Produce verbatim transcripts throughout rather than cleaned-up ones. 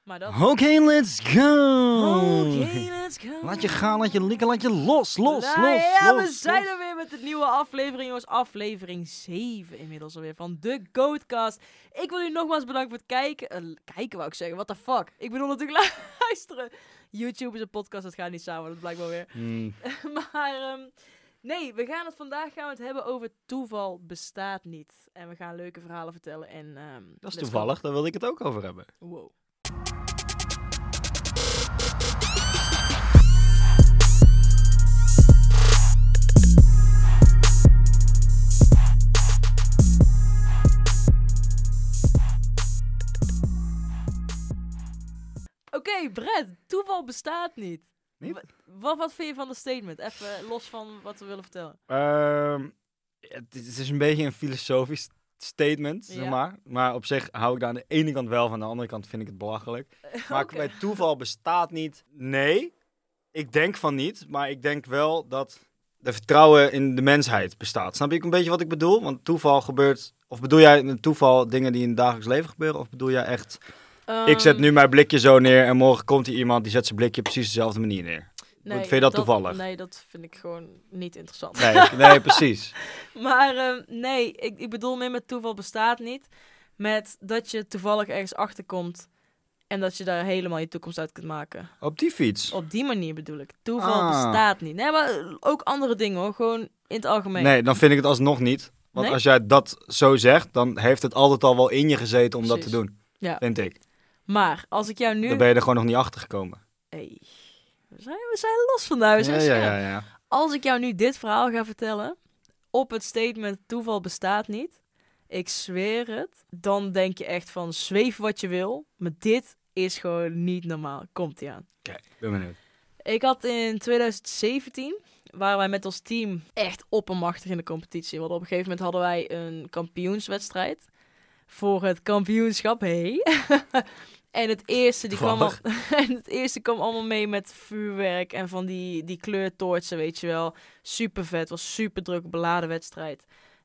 Maar dat... Oké, okay, let's go! Oké, okay, let's go! Laat je gaan, laat je likken, laat je los, los, nou, los, ja, los. we zijn los. er weer met de nieuwe aflevering, jongens. Aflevering zeven inmiddels alweer van de Goatcast. Ik wil u nogmaals bedanken voor het kijken. Uh, kijken wou ik zeggen, what the fuck? Ik bedoel natuurlijk luisteren. YouTube is een podcast, dat gaat niet samen, dat blijkt wel weer. Mm. maar... Um, Nee, we gaan het vandaag gaan we het hebben over toeval bestaat niet. En we gaan leuke verhalen vertellen. En, um, dat is toevallig, go. Daar wilde ik het ook over hebben. Wow. Oké, okay, Brett, toeval bestaat niet. Niet? Wat, wat vind je van de statement? Even los van wat we willen vertellen. Um, het, is, het is een beetje een filosofisch statement, ja. zeg maar. Maar op zich hou ik daar aan de ene kant wel van, aan de andere kant vind ik het belachelijk. Maar okay. Bij toeval bestaat niet. Nee, ik denk van niet. Maar ik denk wel dat de vertrouwen in de mensheid bestaat. Snap je een beetje wat ik bedoel? Want toeval gebeurt... Of bedoel jij met toeval dingen die in het dagelijks leven gebeuren? Of bedoel jij echt... Um, ik zet nu mijn blikje zo neer en morgen komt hier iemand die zet zijn blikje precies dezelfde manier neer. Nee, vind je dat, dat toevallig? Nee, dat vind ik gewoon niet interessant. Nee, nee precies. Maar um, nee, ik, ik bedoel meer met toeval bestaat niet. Met dat je toevallig ergens achterkomt en dat je daar helemaal je toekomst uit kunt maken. Op die fiets? Op die manier bedoel ik. Toeval ah. bestaat niet. Nee, maar ook andere dingen hoor. Gewoon in het algemeen. Nee, dan vind ik het alsnog niet. Want nee? Als jij dat zo zegt, dan heeft het altijd al wel in je gezeten om precies. dat te doen. Ja. Vind ik. Maar als ik jou nu... Dan ben je er gewoon nog niet achter gekomen. Hey. We, zijn, we zijn los vandaag. We zijn ja, ja, ja, ja. Als ik jou nu dit verhaal ga vertellen... op het statement toeval bestaat niet... ik zweer het... dan denk je echt van zweef wat je wil... maar dit is gewoon niet normaal. Komt-ie aan. Oké, okay, ben benieuwd. Ik had in twintig zeventien... waren wij met ons team echt oppermachtig in de competitie. Want op een gegeven moment hadden wij een kampioenswedstrijd... voor het kampioenschap. Hey. En het eerste, die kwam al, en het eerste kwam allemaal mee met vuurwerk en van die, die kleurtoortsen, weet je wel. Super vet, was super druk, beladen wedstrijd.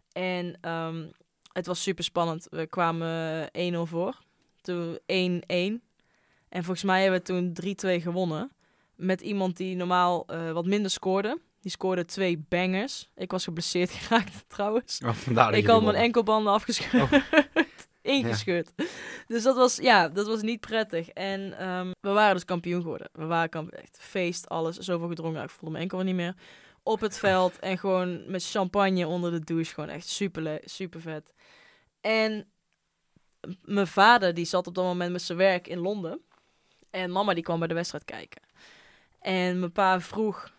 En um, het was super spannend. We kwamen één nul voor. Toen één één. En volgens mij hebben we toen drie twee gewonnen. Met iemand die normaal uh, wat minder scoorde. Die scoorde twee bangers. Ik was geblesseerd geraakt trouwens. Oh, ik had mijn enkelbanden afgescheurd. Oh. Ingescheurd. Ja. Dus dat was, ja, dat was niet prettig. En um, we waren dus kampioen geworden. We waren kampioen, echt feest, alles. Zoveel gedronken, ik voelde mijn enkel wel niet meer. Op het veld en gewoon met champagne onder de douche. Gewoon echt super, le- super vet. En m- mijn vader, die zat op dat moment met zijn werk in Londen. En mama, die kwam bij de wedstrijd kijken. En mijn pa vroeg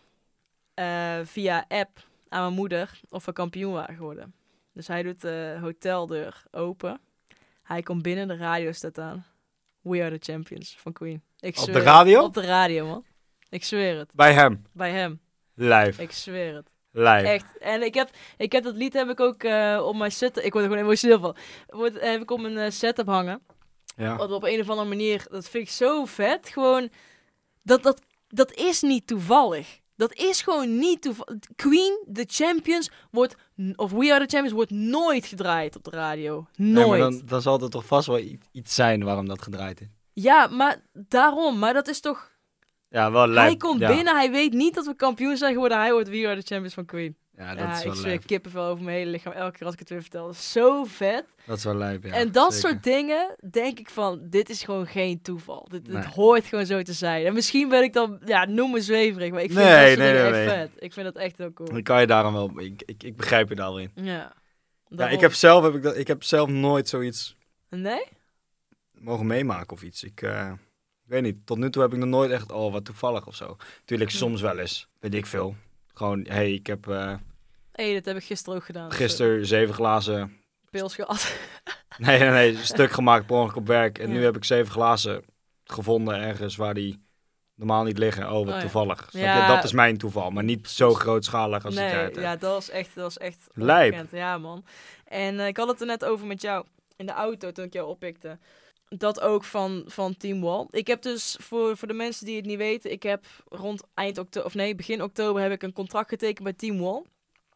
uh, via app aan mijn moeder of we kampioen waren geworden. Dus hij doet de hoteldeur open. Hij komt binnen, de radio staat aan. We are the champions van Queen. Ik op de radio? Het. Op de radio, man. Ik zweer het. Bij hem? Bij hem. Live? Ik zweer het. Live? Echt. En ik heb, ik heb dat lied heb ik ook uh, op mijn setup... Ik word er gewoon emotioneel van. Word, heb ik op mijn uh, setup hangen. Ja. Want op een of andere manier, dat vind ik zo vet. Gewoon, dat, dat, dat is niet toevallig. Dat is gewoon niet toevallig. Queen, The Champions, wordt, of We Are The Champions, wordt nooit gedraaid op de radio. Nooit. Nee, maar dan, dan zal er toch vast wel iets zijn waarom dat gedraaid is. Ja, maar daarom. Maar dat is toch... Ja, wel lijp. Hij komt ja. binnen, hij weet niet dat we kampioen zijn geworden. Hij wordt We Are The Champions van Queen. Ja, dat ja, is wel ik zweer lijp. kippenvel over mijn hele lichaam. Elke keer als ik het weer vertel. Dat is zo vet. Dat is wel lijp, ja. En dat zeker. soort dingen, denk ik van, dit is gewoon geen toeval. Dit, dit nee. hoort gewoon zo te zijn. En misschien ben ik dan, ja, noem me zweverig. Maar ik vind nee, dat soort nee, dingen nee, echt nee. vet. Ik vind dat echt heel cool. Dan kan je daarom wel... Ik, ik, ik begrijp je daarin. Ja. Ja, ik heb zelf, heb ik, dat, ik heb zelf nooit zoiets... Nee? Mogen meemaken of iets. Ik... Uh... Ik weet niet, tot nu toe heb ik nog nooit echt, oh, wat toevallig of zo. Tuurlijk, hm. soms wel eens, weet ik veel. Gewoon, hé, hey, ik heb... Uh, hey, dat heb ik gisteren ook gedaan. Gisteren dus. zeven glazen... Pils gehad. nee, nee, nee, een stuk gemaakt per ongeluk op werk. En ja. nu heb ik zeven glazen gevonden ergens waar die normaal niet liggen. Oh, wat oh, toevallig. Ja. Ja, dat is mijn toeval, maar niet zo grootschalig als nee, jij het hebt. Ja, dat was echt, dat was echt lijp. Onbekend. Ja, man. En uh, ik had het er net over met jou in de auto toen ik jou oppikte. Dat ook van, van Team Wall. Ik heb dus, voor, voor de mensen die het niet weten... ik heb rond eind oktober, of nee, begin oktober... heb ik een contract getekend bij Team Wall.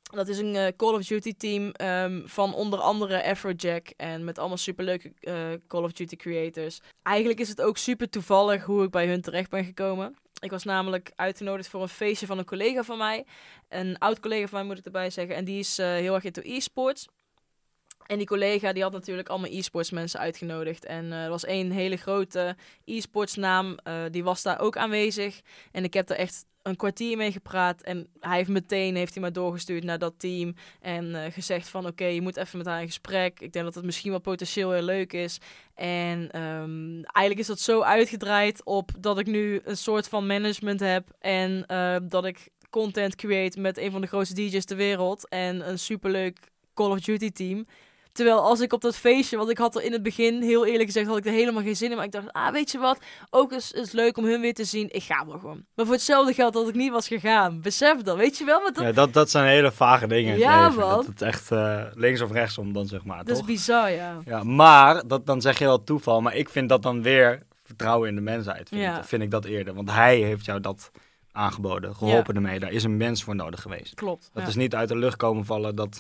Dat is een uh, Call of Duty team um, van onder andere Afrojack en met allemaal superleuke uh, Call of Duty creators. Eigenlijk is het ook super toevallig hoe ik bij hun terecht ben gekomen. Ik was namelijk uitgenodigd voor een feestje van een collega van mij. Een oud collega van mij moet ik erbij zeggen. En die is uh, heel erg into e-sports. En die collega die had natuurlijk allemaal e-sports mensen uitgenodigd. En uh, er was één hele grote e-sports naam, uh, die was daar ook aanwezig. En ik heb er echt een kwartier mee gepraat. En hij heeft meteen heeft hij mij doorgestuurd naar dat team. En uh, gezegd van oké, okay, je moet even met haar in gesprek. Ik denk dat het misschien wel potentieel heel leuk is. En um, eigenlijk is dat zo uitgedraaid op dat ik nu een soort van management heb. En uh, dat ik content create met een van de grootste D J's ter wereld. En een superleuk Call of Duty team. Terwijl als ik op dat feestje, want ik had er in het begin, heel eerlijk gezegd, had ik er helemaal geen zin in. Maar ik dacht, ah, weet je wat, ook is het leuk om hun weer te zien. Ik ga wel gewoon. Maar voor hetzelfde geld dat ik niet was gegaan. Besef dat, weet je wel? Dat... Ja, dat, dat zijn hele vage dingen. Ja, man. Dat het echt uh, links of rechtsom dan, zeg maar, Dat toch? is bizar, ja. Ja, maar, dat, dan zeg je wel toeval. Maar ik vind dat dan weer vertrouwen in de mensheid. Vind, ja. ik, vind ik dat eerder. Want hij heeft jou dat aangeboden, geholpen ja. ermee. Daar is een mens voor nodig geweest. Klopt. Dat ja. is niet uit de lucht komen vallen dat...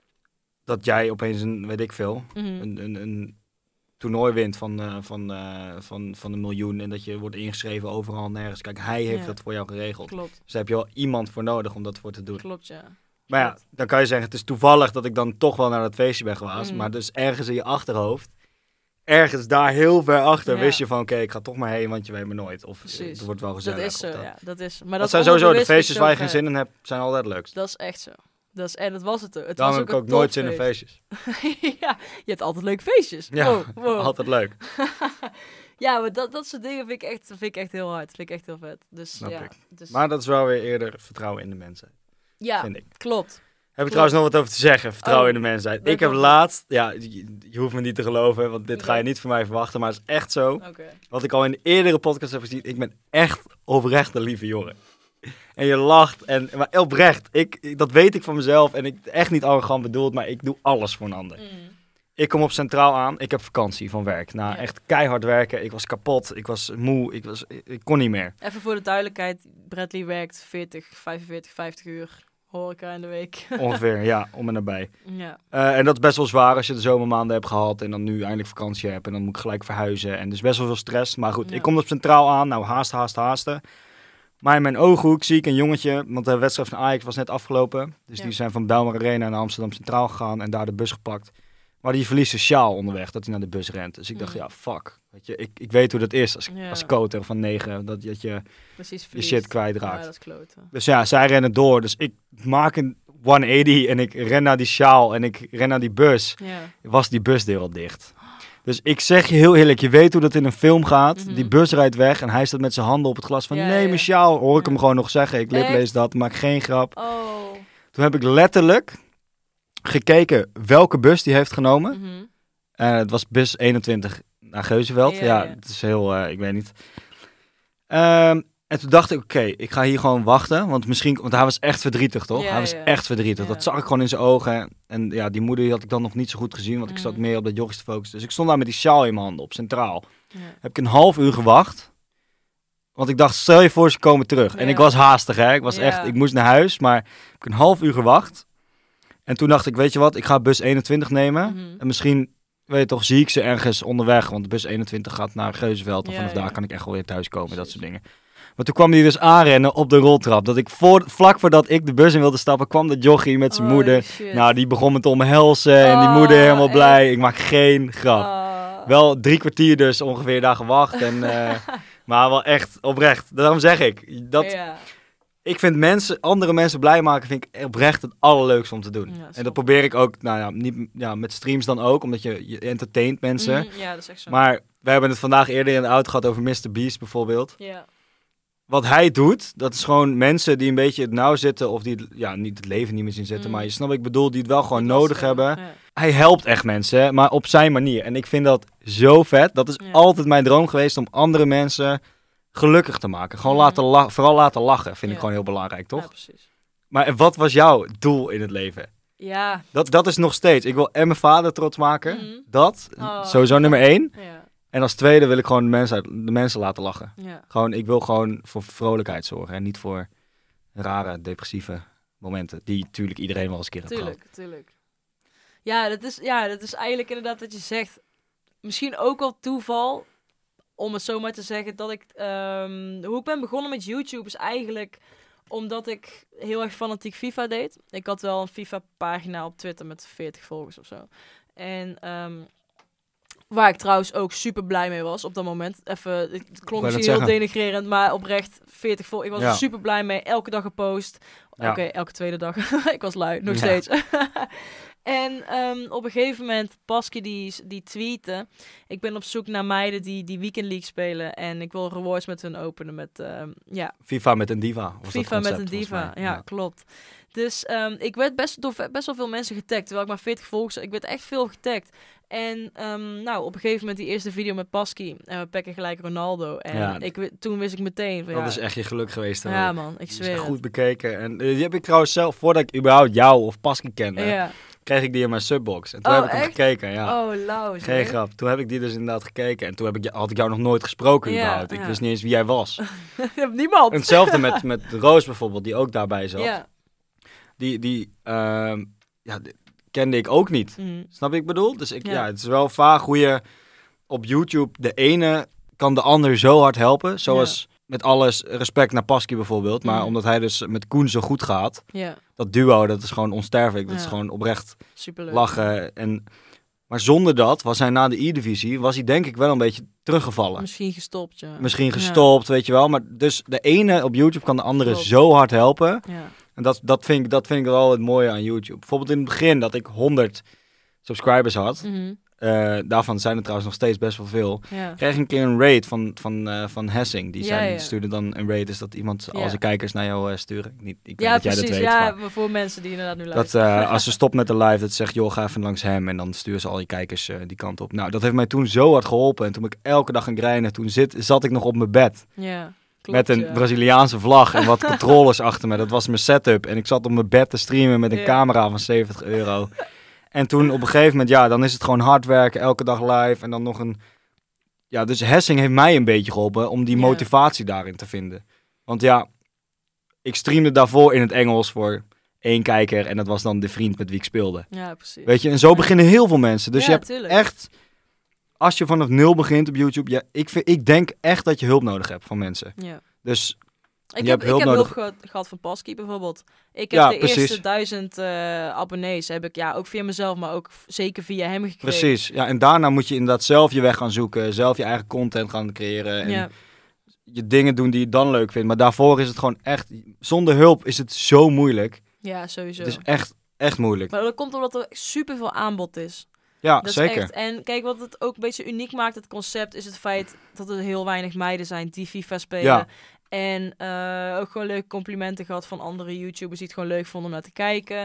dat jij opeens een, weet ik veel, mm-hmm. een, een, een toernooi wint van, uh, van, uh, van, van een miljoen en dat je wordt ingeschreven overal nergens. Kijk, hij heeft ja. dat voor jou geregeld. Klopt. Dus daar heb je wel iemand voor nodig om dat voor te doen. Klopt, ja. Maar Klopt. ja, dan kan je zeggen, het is toevallig dat ik dan toch wel naar dat feestje ben geweest. Mm. Maar dus ergens in je achterhoofd, ergens daar heel ver achter, ja. wist je van, oké, okay, ik ga toch maar heen, want je weet me nooit. Of Precies. het wordt wel gezellig. Dat is zo, dat. ja. Dat, is, maar dat, dat zijn sowieso de feestjes waar je geen zin in hebt, zijn altijd het leukst. Dat is echt zo. Dat is, en dat was het. het Daarom was heb ik ook nooit zin in feestjes. Ja, je hebt altijd leuke feestjes. Ja, wow, wow. altijd leuk. Ja, maar dat, dat soort dingen vind ik, echt, vind ik echt heel hard. Vind ik echt heel vet. Dus, Snap ja, ik. Dus... Maar dat is wel weer eerder vertrouwen in de mensheid. Ja, vind ik. klopt. Heb ik trouwens nog wat over te zeggen, vertrouwen oh, in de mensheid. Ik heb laatst, ja, je, je hoeft me niet te geloven, want dit okay. ga je niet van mij verwachten, maar het is echt zo. Okay. Wat ik al in de eerdere podcast heb gezien, ik ben echt oprecht een lieve jongen. En je lacht, en, maar oprecht, ik, ik, dat weet ik van mezelf en ik echt niet arrogant bedoeld, maar ik doe alles voor een ander. Mm. Ik kom op Centraal aan, ik heb vakantie van werk. Nou, ja. echt keihard werken, ik was kapot, ik was moe, ik, was, ik, ik kon niet meer. Even voor de duidelijkheid, Bradley werkt veertig, vijfenveertig, vijftig uur horeca in de week. Ongeveer, ja, om en nabij. Ja. Uh, en dat is best wel zwaar als je de zomermaanden hebt gehad en dan nu eindelijk vakantie hebt en dan moet ik gelijk verhuizen. En dus best wel veel stress, maar goed, ja. ik kom op Centraal aan, nou haast, haast, haasten. Maar in mijn ooghoek zie ik een jongetje, want de wedstrijd van Ajax was net afgelopen. Dus ja. die zijn van Belmar Arena naar Amsterdam Centraal gegaan en daar de bus gepakt. Maar die verliest zijn sjaal onderweg, dat hij naar de bus rent. Dus ik dacht, mm. ja, fuck. Weet je, ik, ik weet hoe dat is als, ja. als coach van negen, dat, dat je Precies je shit kwijtraakt. Ja, dat is kloten. Dus ja, zij rennen door. Dus ik maak een honderdtachtig en ik ren naar die sjaal en ik ren naar die bus. Ja. Was die busdeur al dicht. Dus ik zeg je heel eerlijk, je weet hoe dat in een film gaat. Mm-hmm. Die bus rijdt weg en hij staat met zijn handen op het glas van... Ja, nee, ja. mijn sjaal. Hoor ik ja. hem gewoon nog zeggen. Ik liplees dat, maak geen grap. Oh. Toen heb ik letterlijk gekeken welke bus die heeft genomen. Mm-hmm. Uh, het was bus eenentwintig naar Geuzenveld. Ja, ja, ja, het is heel, uh, ik weet niet. Um, en toen dacht ik, oké, okay, ik ga hier gewoon wachten. Want misschien, want hij was echt verdrietig, toch? Ja, hij was ja. echt verdrietig. Ja. Dat zag ik gewoon in zijn ogen. En ja, die moeder die had ik dan nog niet zo goed gezien. Want mm. ik zat meer op dat jochies te focussen. Dus ik stond daar met die sjaal in mijn handen op Centraal. Ja. Heb ik een half uur gewacht. Want ik dacht, stel je voor, ze komen terug. Ja. En ik was haastig, hè. Ik was ja. echt, ik moest naar huis. Maar ik heb een half uur gewacht. En toen dacht ik, weet je wat, ik ga bus eenentwintig nemen. Mm-hmm. En misschien, weet je toch, zie ik ze ergens onderweg. Want de bus eenentwintig gaat naar Geuzenveld. En ja, vanaf ja. daar kan ik echt wel weer thuis komen. Precies. Dat soort dingen. Maar toen kwam hij dus aanrennen op de roltrap. Dat ik voor, vlak voordat ik de bus in wilde stappen, kwam de jochie met zijn oh, moeder. Shit. Nou, die begon me te omhelzen. Oh, en die moeder helemaal echt? blij. Ik maak geen grap. Oh. Wel drie kwartier dus ongeveer daar gewacht. En, uh, maar wel echt oprecht. Daarom zeg ik. Dat, ja. Ik vind mensen, andere mensen blij maken, vind ik oprecht het allerleukste om te doen. Ja, en dat probeer ik ook, nou ja, niet, ja, met streams dan ook. Omdat je, je entertaint mensen. Mm, ja, dat is echt zo. Maar we hebben het vandaag eerder in de auto gehad over mister Beast bijvoorbeeld. Ja. Wat hij doet, dat is gewoon mensen die een beetje het nauw zitten, of die ja, niet het leven niet meer zien zitten, mm. maar je snapt wat ik bedoel, die het wel gewoon nodig lastig, hebben. Ja. Hij helpt echt mensen, maar op zijn manier. En ik vind dat zo vet. Dat is ja. altijd mijn droom geweest om andere mensen gelukkig te maken. Gewoon mm. laten la- vooral laten lachen, vind ja. ik gewoon heel belangrijk, toch? Ja, precies. Maar wat was jouw doel in het leven? Ja. Dat, dat is nog steeds. Ik wil en mijn vader trots maken. Mm. Dat, oh. sowieso nummer één. Ja. En als tweede wil ik gewoon de mensen, de mensen laten lachen. Ja. Gewoon, ik wil gewoon voor vrolijkheid zorgen en niet voor rare, depressieve momenten. Die natuurlijk iedereen wel eens een keer heeft gehad. Tuurlijk, tuurlijk. Ja, dat is, ja, dat is eigenlijk inderdaad wat je zegt. Misschien ook wel toeval, om het zo maar te zeggen, dat ik... Um, hoe ik ben begonnen met YouTube is eigenlijk omdat ik heel erg fanatiek FIFA deed. Ik had wel een FIFA-pagina op Twitter met veertig volgers of zo. En... Um, waar ik trouwens ook super blij mee was op dat moment. Even, het klonk misschien heel denigrerend, maar oprecht veertig vol. Ik was ja. er super blij mee. Elke dag gepost. Ja. Oké, okay, elke tweede dag. Ik was lui, nog ja. steeds. En um, op een gegeven moment, Pasky die, die tweette. Ik ben op zoek naar meiden die, die Weekend League spelen. En ik wil rewards met hun openen met, um, ja. FIFA met een diva. Was FIFA dat concept, met een diva, ja, ja, klopt. Dus um, ik werd best door best wel veel mensen getagd. Terwijl ik maar veertig volgers had. Ik werd echt veel getagd. En um, nou, op een gegeven moment die eerste video met Pasky. En we pakken gelijk Ronaldo. En ja, ik, toen wist ik meteen van, dat ja, is echt je geluk geweest. Ja ook. Man, ik zweer het. Goed het. bekeken. En uh, die heb ik trouwens zelf, voordat ik überhaupt jou of Pasky kende, ja. kreeg ik die in mijn subbox. En toen oh, heb ik hem echt? gekeken. Ja. Oh, lauw. Geen grap. Toen heb ik die dus inderdaad gekeken. En toen heb ik, had ik jou nog nooit gesproken ja, überhaupt. Ik ja. wist niet eens wie jij was. Je hebt niemand. En hetzelfde met, met Roos bijvoorbeeld, die ook daarbij zat. Ja. Die, die uh, ja, die kende ik ook niet. Mm. Snap je ik bedoel? Dus ik, ja. ja, het is wel vaag hoe je op YouTube de ene kan de ander zo hard helpen. Zoals ja. met alles respect naar Pasky bijvoorbeeld. Maar mm. omdat hij dus met Koen zo goed gaat. Ja. Dat duo, dat is gewoon onsterfelijk. Dat ja. is gewoon oprecht Superleuk. Lachen. En, maar zonder dat was hij na de E-divisie, was hij denk ik wel een beetje teruggevallen. Misschien gestopt, ja. Misschien gestopt, ja. weet je wel. Maar dus de ene op YouTube kan de andere Klopt. zo hard helpen. Ja. En dat, dat, vind ik, dat vind ik wel het mooie aan YouTube. Bijvoorbeeld in het begin dat ik honderd subscribers had. Mm-hmm. Uh, daarvan zijn er trouwens nog steeds best wel veel. Ja. Kreeg ik een keer een raid van, van, uh, van Hessing. Die, zijn, ja, ja. die stuurde dan een raid. Is dat iemand ja. al zijn kijkers naar jou uh, sturen? Niet, ik weet ja, dat precies. jij dat weet. Ja, maar voor mensen die inderdaad nu dat, luisteren. uh, als ze stopt met de live, dat ze zegt, joh, ga even langs hem. En dan sturen ze al je kijkers uh, die kant op. Nou, dat heeft mij toen zo hard geholpen. En toen ben ik elke dag gaan grinden. Toen zit, zat ik nog op mijn bed. Ja. Klopt, met een ja. Braziliaanse vlag en wat controllers achter me. Dat was mijn setup. En ik zat op mijn bed te streamen met een ja. camera van zeventig euro. En toen op een gegeven moment, ja, dan is het gewoon hard werken, elke dag live. En dan nog een... Ja, dus Hessing heeft mij een beetje geholpen om die motivatie ja. daarin te vinden. Want ja, ik streamde daarvoor in het Engels voor één kijker. En dat was dan de vriend met wie ik speelde. Ja, precies. Weet je, en zo ja. beginnen heel veel mensen. Dus ja, je hebt tuurlijk. echt... Als je vanaf nul begint op YouTube, ja, ik, vind, ik denk echt dat je hulp nodig hebt van mensen. Ja. Dus ik je heb, hebt hulp ik heb nodig. hulp gehad, gehad van Pasky bijvoorbeeld. Ik heb ja, de precies. eerste duizend uh, abonnees, heb ik ja ook via mezelf, maar ook f- zeker via hem gekregen. Precies, ja, en daarna moet je inderdaad zelf je weg gaan zoeken, zelf je eigen content gaan creëren en ja. je dingen doen die je dan leuk vindt. Maar daarvoor is het gewoon echt, zonder hulp is het zo moeilijk. Ja, sowieso. Het is echt, echt moeilijk. Maar dat komt omdat er superveel aanbod is. Ja, dat zeker. Is echt, en kijk, wat het ook een beetje uniek maakt, het concept, is het feit dat er heel weinig meiden zijn die FIFA spelen. Ja. En uh, ook gewoon leuke complimenten gehad van andere YouTubers die het gewoon leuk vonden om naar te kijken.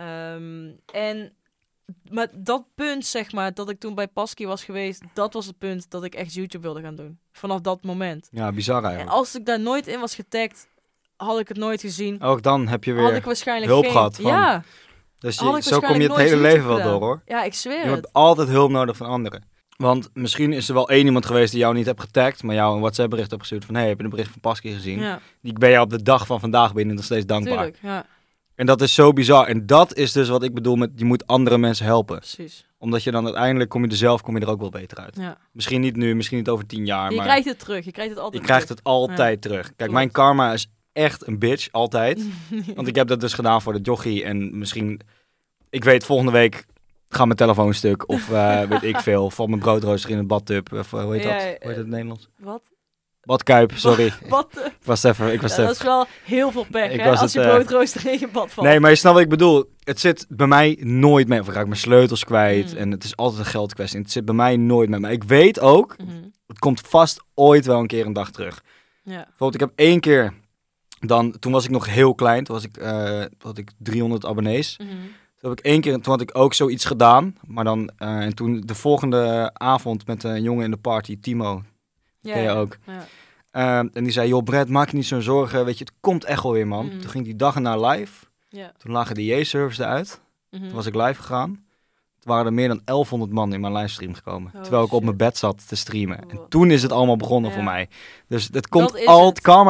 Um, en maar dat punt, zeg maar, dat ik toen bij Pasky was geweest, dat was het punt dat ik echt YouTube wilde gaan doen. Vanaf dat moment. Ja, bizar eigenlijk. En als ik daar nooit in was getagd, had ik het nooit gezien. Ook dan heb je weer had ik waarschijnlijk hulp geen... gehad van... Ja. Dus je, zo kom je het hele leven wel door, hoor. Ja, ik zweer je het. Je hebt altijd hulp nodig van anderen. Want misschien is er wel één iemand geweest die jou niet hebt getagd, maar jou een WhatsApp bericht hebt gestuurd van, hé, hey, heb je een bericht van Pasky gezien? Ja. Die ben je op de dag van vandaag binnen nog steeds dankbaar. Tuurlijk, ja. En dat is zo bizar. En dat is dus wat ik bedoel met, je moet andere mensen helpen. Precies. Omdat je dan uiteindelijk, kom je er zelf, kom je er ook wel beter uit. Ja. Misschien niet nu, misschien niet over tien jaar. Je maar krijgt het terug, je krijgt het altijd Je krijgt terug. het altijd ja. terug. Kijk, Klopt. mijn karma is echt een bitch, altijd. Want ik heb dat dus gedaan voor de jochie en misschien... Ik weet, volgende week gaat mijn telefoon stuk. Of uh, weet ik veel. Valt mijn broodrooster in een badtub. Of uh, hoe heet ja, dat? Ja, hoe heet het in het Nederlands? Wat? Badkuip, sorry. Wat? Ik was even... Ik was ja, even... dat is wel heel veel pech, ik hè? Als het, je uh... broodrooster in je bad valt. Nee, maar je snapt wat ik bedoel. Het zit bij mij nooit mee. Of ik raak mijn sleutels kwijt. Mm. En het is altijd een geldkwestie. Het zit bij mij nooit mee. Maar ik weet ook... Mm-hmm. Het komt vast ooit wel een keer een dag terug. Ja. Bijvoorbeeld, ik heb één keer... Dan, toen was ik nog heel klein. Toen was ik, uh, had ik driehonderd abonnees. Mm-hmm. Toen heb ik één keer, toen had ik ook zoiets gedaan. Maar dan, uh, en toen de volgende avond met een jongen in de party, Timo. Ja, ken je ook. Ja. Uh, en die zei, joh Brett, maak je niet zo'n zorgen. Weet je, het komt echt wel weer, man. Mm. Toen ging die dag erna live. Ja. Toen lagen de J-servers eruit. Mm-hmm. Toen was ik live gegaan. Toen waren er meer dan elfhonderd man in mijn livestream gekomen. Oh, terwijl ik shit. op mijn bed zat te streamen. Oh. En toen is het allemaal begonnen ja. voor mij. Dus het komt altijd, karma komt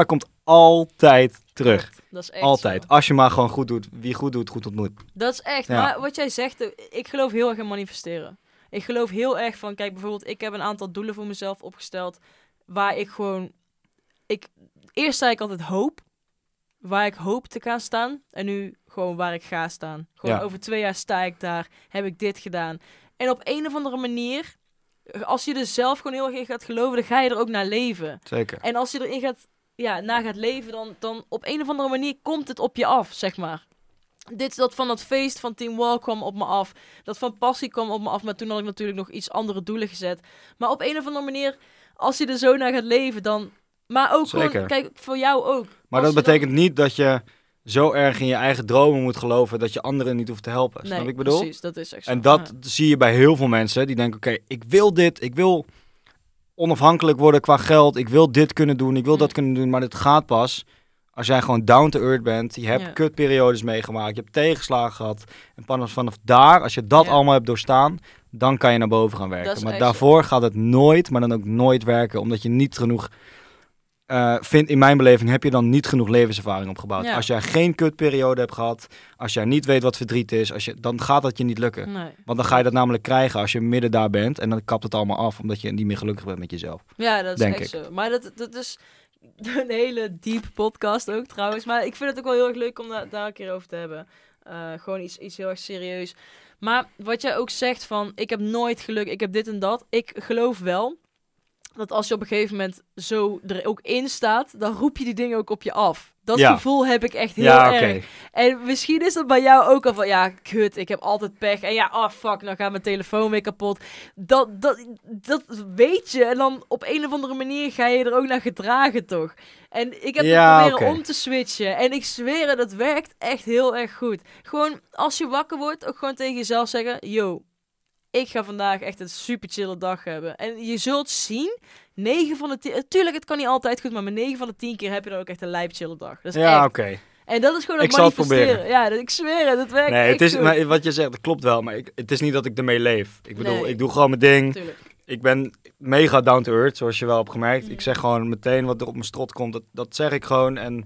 altijd terug. Dat is echt Altijd. zo. Als je maar gewoon goed doet. Wie goed doet, goed ontmoet. Dat is echt. Ja. Maar wat jij zegt, ik geloof heel erg in manifesteren. Ik geloof heel erg van, kijk bijvoorbeeld, ik heb een aantal doelen voor mezelf opgesteld. Waar ik gewoon, ik, eerst zei ik altijd hoop. Waar ik hoop te gaan staan. En nu gewoon waar ik ga staan. Gewoon Ja. over twee jaar sta ik daar. Heb ik dit gedaan. En op een of andere manier, als je er zelf gewoon heel erg in gaat geloven, dan ga je er ook naar leven. Zeker. En als je erin gaat, ja, naar gaat leven, dan, dan op een of andere manier komt het op je af, zeg maar. Dit, dat van dat feest van Team Wall kwam op me af. Dat van Passie kwam op me af. Maar toen had ik natuurlijk nog iets andere doelen gezet. Maar op een of andere manier, als je er zo naar gaat leven, dan... Maar ook Zeker. gewoon, kijk, voor jou ook. Maar Als dat je betekent niet dat je zo erg in je eigen dromen moet geloven dat je anderen niet hoeft te helpen. dan... Snap Nee, ik bedoel? precies, dat is echt zo. En dat Ja. zie je bij heel veel mensen. Die denken, oké, ik wil dit. Ik wil onafhankelijk worden qua geld. Ik wil dit kunnen doen. Ik wil Mm. dat kunnen doen. Maar het gaat pas als jij gewoon down to earth bent. Je hebt Ja. kutperiodes meegemaakt. Je hebt tegenslagen gehad. En pas vanaf daar, als je dat Ja. allemaal hebt doorstaan, dan kan je naar boven gaan Dat werken. is Maar echt daarvoor gaat het nooit, maar dan ook nooit werken. Omdat je niet genoeg... Uh, vind in mijn beleving heb je dan niet genoeg levenservaring opgebouwd. Ja. Als jij geen kutperiode hebt gehad, als jij niet weet wat verdriet is, als je, dan gaat dat je niet lukken. Nee. Want dan ga je dat namelijk krijgen als je midden daar bent en dan kapt het allemaal af omdat je niet meer gelukkig bent met jezelf. Ja, dat is Denk echt ik. zo. Maar dat, dat is een hele diep podcast ook trouwens. Maar ik vind het ook wel heel erg leuk om da- daar een keer over te hebben. Uh, gewoon iets, iets heel erg serieus. Maar wat jij ook zegt van, ik heb nooit geluk, ik heb dit en dat. Ik geloof wel dat als je op een gegeven moment zo er ook in staat, dan roep je die dingen ook op je af. Dat Ja. gevoel heb ik echt heel Ja, oké. erg. En misschien is dat bij jou ook al van, ja, kut, ik heb altijd pech. En ja, oh fuck, nou gaat mijn telefoon weer kapot. Dat, dat, dat weet je. En dan op een of andere manier ga je er ook naar gedragen, toch? En ik heb Ja, het proberen oké. om te switchen. En ik zweer het, het werkt echt heel erg goed. Gewoon, als je wakker wordt, ook gewoon tegen jezelf zeggen, yo, ik ga vandaag echt een super chille dag hebben. En je zult zien, negen van de tien... Tuurlijk, het kan niet altijd goed, maar met negen van de tien keer heb je dan ook echt een lijp chille dag. Dat is Ja, echt. oké. En dat is gewoon Ik het zal het manifesteren. proberen. Ja, dat, ik zweer het, het werkt Nee, echt het is, goed. maar wat je zegt, dat klopt wel, maar ik, het is niet dat ik ermee leef. Ik bedoel, Nee. ik doe gewoon mijn ding. Tuurlijk. Ik ben mega down to earth, zoals je wel hebt gemerkt. Mm. Ik zeg gewoon meteen wat er op mijn strot komt, dat, dat zeg ik gewoon. En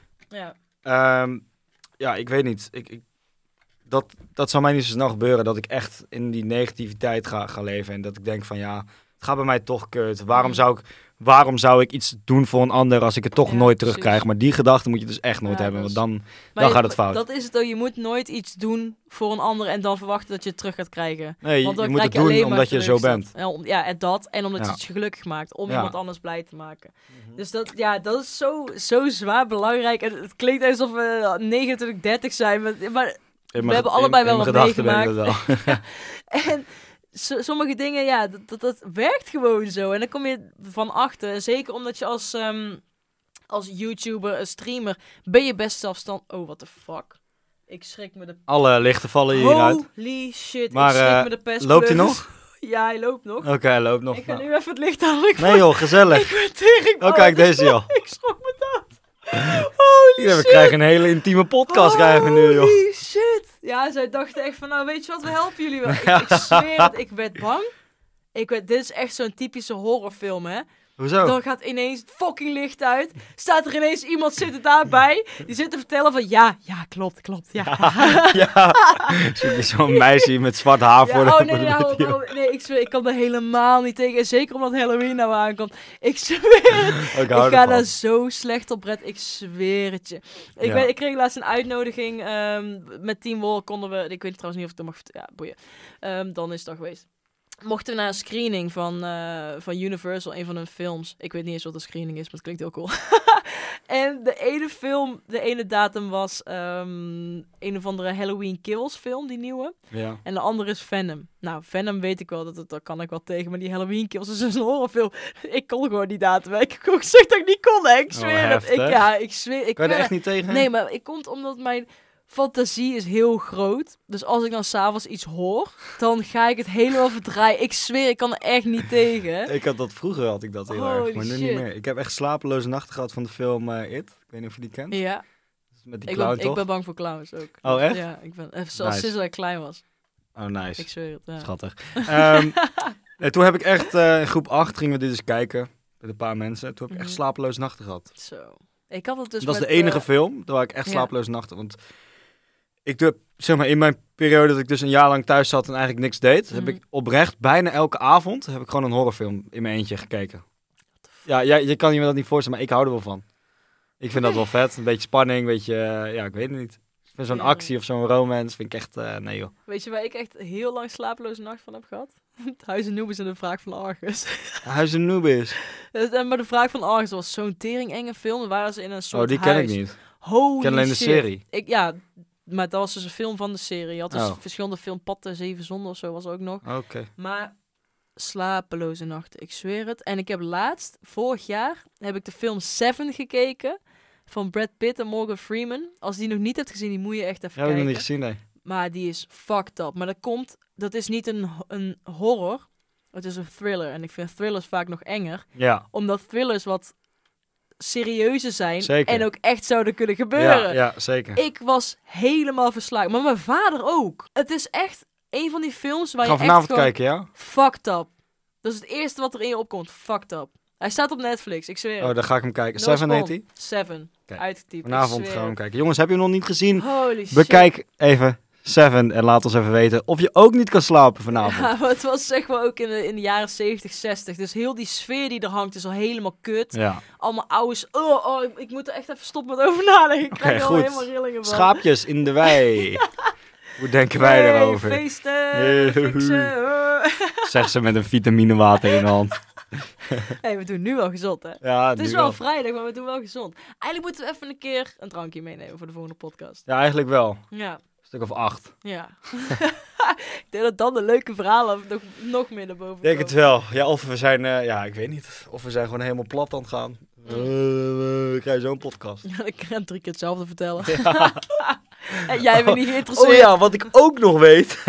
Ja. um, ja, ik weet niet. Ik, ik, dat, dat zal mij niet zo snel gebeuren, dat ik echt in die negativiteit ga, ga leven. En dat ik denk van ja, het gaat bij mij toch kut. Waarom Mm. zou ik, waarom zou ik iets doen voor een ander als ik het toch Ja, nooit precies. terugkrijg? Maar die gedachte moet je dus echt nooit Ja, hebben, dat want is- dan, Maar dan je- gaat het fout. Dat is het ook. Je moet nooit iets doen voor een ander en dan verwachten dat je het terug gaat krijgen. Nee, je, Want dan je moet krijg het doen alleen maar omdat je zo bent. teleurgesteld. Ja, om- Ja, en dat. En omdat Ja. je het je gelukkig maakt. Om Ja. iemand anders blij te maken. Dus dat, ja, dat is zo, zo zwaar belangrijk. En het klinkt alsof we negenentwintig, dertig zijn. Maar, maar In We mijn- hebben allebei in- wel in wat mijn gedachten ben ik meegemaakt. dat wel. En so- sommige dingen, ja, dat, dat, dat werkt gewoon zo. En dan kom je van achter. En zeker omdat je als, ehm, als YouTuber, een streamer, ben je best zelfstandig. Oh, what the fuck. Ik schrik me de... Alle lichten vallen hieruit. Holy shit, Maar, ik schrik eh, me de pest. loopt hij nog? Ja, hij loopt nog. Oké, okay, loop nog. ik ga Nou. nu even het licht aan. Ik Nee joh, gezellig. Ik ben tegen. Oh kijk, deze joh. Ik schrok me dood. Holy Ja, we shit. krijgen een hele intieme podcast krijgen we nu joh. Holy shit. Ja, zij dachten echt van, nou weet je wat, we helpen jullie wel. Ik, ik zweer het, ik werd bang. Ik werd, dit is echt zo'n typische horrorfilm, hè. Hoezo? Dan gaat ineens het fucking licht uit. Staat er ineens iemand zitten daarbij. Die zit te vertellen van, ja, ja, klopt, klopt, ja. Ja, zie je zo'n meisje met zwart haar Ja, voor de... oh voor nee, de nou, video. oh, nee, ik zweer, ik kan er helemaal niet tegen. En zeker omdat Halloween nou aankomt. Ik zweer het. Ik hou Ik ga ervan. daar zo slecht op, Brett. Ik zweer het je. Ik, Ja. weet, ik kreeg laatst een uitnodiging. ehm, met Team Wall konden we... Ik weet trouwens niet of ik dat mag vertellen. Ja, boeien. Ehm, dan is het al geweest. Mochten we naar een screening van, uh, van Universal, een van hun films. Ik weet niet eens wat een screening is, maar het klinkt heel cool. En de ene film, de ene datum was um, een of andere Halloween Kills film, die nieuwe. Ja. En de andere is Venom. Nou, Venom weet ik wel, dat, dat, dat kan ik wel tegen. Maar die Halloween Kills is een horrorfilm. Ik kon gewoon die datum. Ik heb ook gezegd dat ik niet kon, hè. Ik zweer Oh, het. Ik, heftig. ja, ik zweer. Ik Kan je er ben- echt niet tegen? Nee, maar ik komt omdat mijn fantasie is heel groot. Dus als ik dan s'avonds iets hoor, dan ga ik het helemaal verdraaien. Ik zweer, ik kan er echt niet tegen. Ik had dat vroeger, had ik dat heel Holy erg, maar nu shit. niet meer. Ik heb echt slapeloze nachten gehad van de film uh, It. Ik weet niet of je die kent. Ja, Met die ik clown ben, ik toch? ben bang voor clowns ook. Oh, echt? Ja, ik ben, eh, zoals Nice. sinds dat ik klein was. Oh, nice. Ik zweer het, ja. Schattig. Ehm, nee, toen heb ik echt, uh, in groep acht gingen we dit eens kijken. Met een paar mensen. Toen heb ik echt Mhm. slapeloze nachten gehad. Zo. Ik had het dus dat is met, de enige uh, film waar ik echt ja. slapeloze nachten... Want ik doe, zeg maar, in mijn periode dat ik dus een jaar lang thuis zat en eigenlijk niks deed... Mm. heb ik oprecht bijna elke avond heb ik gewoon een horrorfilm in mijn eentje gekeken. Ja, jij, je kan je dat niet voorstellen, maar ik hou er wel van. Ik vind dat wel vet. Een beetje spanning, een beetje... Uh, ja, ik weet het niet. Zo'n Ja. actie of zo'n romance vind ik echt... Uh, nee joh. Weet je waar ik echt heel lang slapeloze nacht van heb gehad? Het Huis Anubis en de Wraak van Argus. Huis Anubis. Maar de Wraak van Argus was zo'n tering enge film. Dan waren ze in een soort Oh, die ken huis. ik niet. Holy Ik ken alleen de shit. serie. Ik, ja, maar dat was dus een film van de serie. Je had dus Oh. verschillende film. Pad en Zeven Zonden of zo was ook nog. Oké. Okay. Maar slapeloze nachten, ik zweer het. En ik heb laatst, vorig jaar, heb ik de film Seven gekeken. Van Brad Pitt en Morgan Freeman. Als die nog niet hebt gezien, die moet je echt even Ja, heb ik kijken. nog niet gezien, nee. Maar die is fucked up. Maar dat komt, dat is niet een, een horror. Het is een thriller. En ik vind thrillers vaak nog enger. Ja. Omdat thrillers wat serieuzer zijn. Zeker. En ook echt zouden kunnen gebeuren. Ja, ja, zeker. Ik was helemaal verslagen. Maar mijn vader ook. Het is echt een van die films waar Ik ga je echt vanavond gewoon kijken, ja? fucked up. Dat is het eerste wat er in je opkomt. Fucked up. Hij staat op Netflix, ik zweer Oh, het. dan ga ik hem kijken. No Seven spawn. heet hij? Seven. Kijk, Uitgetypt. Vanavond ik gaan we zweer hem het. kijken. Jongens, heb je hem nog niet gezien? Holy shit. Bekijk even Seven en laat ons even weten of je ook niet kan slapen vanavond. Ja, maar het was zeg maar ook in de, in de jaren zeventig, zestig. Dus heel die sfeer die er hangt is al helemaal kut. Ja. Allemaal oude... Oh, oh, ik, ik moet er echt even stoppen met over nadenken. Ik Oké, krijg er al goed. helemaal rillingen van. Schaapjes in de wei. Hoe denken wij Hey, erover? feesten, Hey. fixen. eh. Zegt ze met een vitaminewater in de hand. hey, we doen nu wel gezond, hè? Ja, Het is nu wel wel. vrijdag, maar we doen wel gezond. Eigenlijk moeten we even een keer een drankje meenemen voor de volgende podcast. Ja, eigenlijk wel. Ja, Een stuk of acht. ja. Ik denk dat dan de leuke verhalen nog, nog meer naar boven Ik denk komen. het wel. Ja, of we zijn, uh, ja, ik weet niet. Of we zijn gewoon helemaal plat aan het gaan. Uh, uh, krijg je zo'n podcast. Ja, ik kan drie keer hetzelfde vertellen. Ja. En jij bent niet geïnteresseerd. Oh ja, wat ik ook nog weet.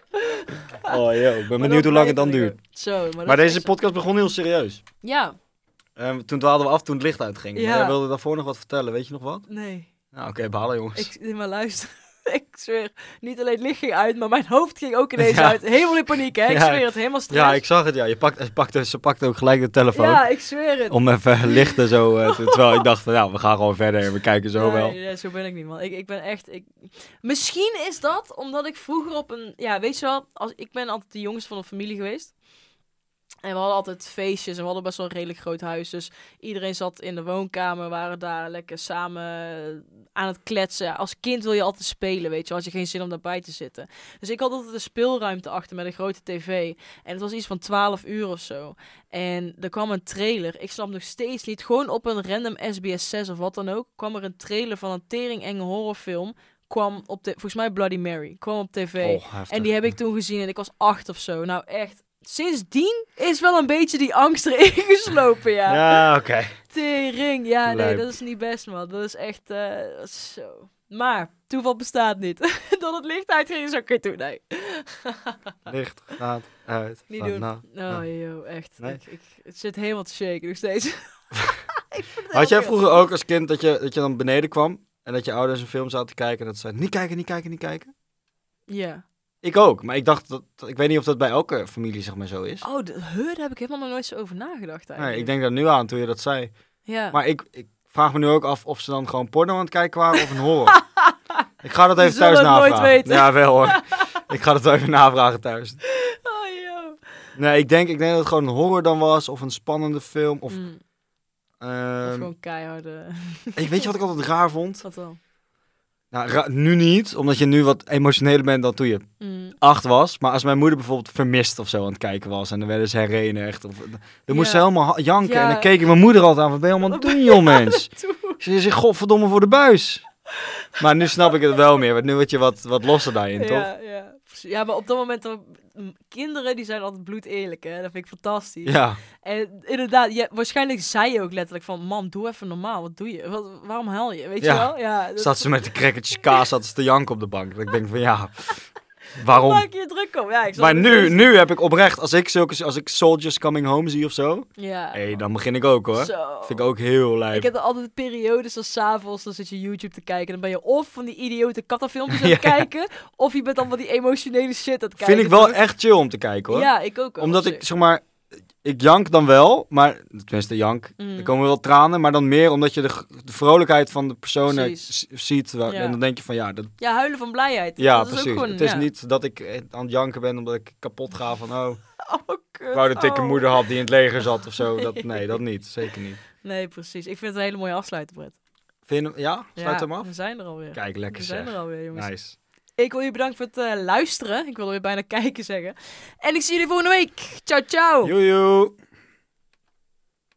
Oh joh, ik ben benieuwd hoe lang het dan duurt. Zo, maar, dat Maar is deze echt podcast begon heel serieus. zo. Ja, Um, toen dwaalden we af toen het licht uitging. Ja. Maar jij wilde daarvoor nog wat vertellen. Weet je nog wat? nee. Nou, oké, okay, behalen jongens. Ik, maar luister, ik zweer, niet alleen het licht ging uit, maar mijn hoofd ging ook ineens Ja. uit. Helemaal in paniek, hè? Ik Ja. zweer het, helemaal stress. Ja, ik zag het, ja. Je pakt, ze, pakte, ze pakte ook gelijk de telefoon. Ja, ik zweer het. Om even lichten zo. Uh, terwijl ik dacht van, nou, we gaan gewoon verder en we kijken zo nee, wel. Nee, zo ben ik niet, man. Ik, ik ben echt... Ik... Misschien is dat omdat ik vroeger op een... Ja, weet je wel, als, ik ben altijd de jongste van een familie geweest. En we hadden altijd feestjes en we hadden best wel een redelijk groot huis. Dus iedereen zat in de woonkamer, waren daar lekker samen aan het kletsen. Als kind wil je altijd spelen, weet je wel, als je geen zin om daarbij te zitten. Dus ik had altijd een speelruimte achter met een grote tv. En het was iets van twaalf uur of zo. En er kwam een trailer. Ik snap nog steeds niet, gewoon op een random S B S zes of wat dan ook, kwam er een trailer van een tering enge horrorfilm. Kwam op de, volgens mij Bloody Mary, kwam op tv. Oh, heftig. En die heb ik toen gezien en ik was acht of zo. Nou echt... Sindsdien is wel een beetje die angst erin geslopen, ja. Ja, oké. Okay. Tering, ja, nee, Lijp. dat is niet best, man. Dat is echt, uh, zo. Maar, toeval bestaat niet. Dat het licht uitging is ook geen toe, nee. Licht gaat uit. Niet van doen. na- Oh, joh, echt. Nee? Ik, ik, het zit helemaal te shaken nog steeds. Ik vind het Had jij heel vroeger ook als kind dat je, dat je dan beneden kwam en dat je ouders een film zaten te kijken en dat ze zeiden, niet kijken, niet kijken, niet kijken? Ja. Ik ook, maar ik dacht, dat, ik weet niet of dat bij elke familie zeg maar zo is. Oh, de, huh, daar heb ik helemaal nog nooit zo over nagedacht eigenlijk. Nee, ik denk daar nu aan toen je dat zei. Ja. Maar ik, ik vraag me nu ook af of ze dan gewoon porno aan het kijken waren of een horror. Ik ga dat We even zullen thuis het nooit navragen. weten. Ja, wel hoor. Ik ga dat wel even navragen thuis. Oh, joh. Nee, ik denk, ik denk dat het gewoon een horror dan was of een spannende film. Of, Mm, ehm, of gewoon keiharde... ik weet je wat ik altijd raar vond? Wat dan? Nou, ra- nu niet, omdat je nu wat emotioneler bent dan toen je Mm. acht was. Maar als mijn moeder bijvoorbeeld Vermist of zo aan het kijken was en dan werden ze herenigd. Of, dan moest Ja. ze helemaal ha- janken Ja. en dan keek ik mijn moeder altijd aan. Wat ben je allemaal aan het doen, joh mens? Toe. Ze zegt, godverdomme voor de buis. Maar nu snap ik het wel meer, want nu word je wat, wat losser daarin, toch? Ja, ja. precies. Ja, maar op dat moment, dan- m, kinderen die zijn altijd bloedeerlijk, hè. Dat vind ik fantastisch. Ja, En inderdaad, ja, waarschijnlijk zei je ook letterlijk van, mam, doe even normaal, wat doe je? Wat, waarom huil je, weet Ja. je wel? Ja, dat, zat ze met de crackertjes kaas, zat ze te janken op de bank. Dat ik denk van ja, waarom? maak je je druk om? Ja, ik zal Maar het nu, dus- nu heb ik oprecht, als ik, zulke, als ik Soldiers Coming Home zie of zo, Ja. hey, dan begin ik ook hoor. Zo. Vind ik ook heel lijp. Ik heb er altijd periodes als 's avonds, dan zit je YouTube te kijken. Dan ben je of van die idiote kattenfilmpjes aan het Ja. kijken, of je bent dan van die emotionele shit aan het kijken. Vind ik wel Zo. echt chill om te kijken hoor. Ja, ik ook wel, Omdat op ik, zich. zeg maar, ik jank dan wel, maar tenminste jank. Mm. Er komen wel tranen, maar dan meer omdat je de, de vrolijkheid van de personen s- ziet. Waar, Ja. En dan denk je van ja, dat, Ja, huilen van blijheid. ja dat is precies. ook gewoon, het is ja. niet dat ik eh, aan het janken ben omdat ik kapot ga van oh, Oh, kut. ik wou dat ik een Oh. moeder had die in het leger zat of zo. Dat, nee, dat niet. Zeker niet. Nee, precies. Ik vind het een hele mooie afsluiter, Brett. Vind je hem, ja? Sluit Ja, hem af? we zijn er alweer. Kijk, we lekker zijn zeg. er alweer, jongens. Nice. Ik wil je bedanken voor het uh, luisteren. Ik wil weer bijna kijken zeggen. En ik zie jullie volgende week. Ciao, ciao. Joe, joe.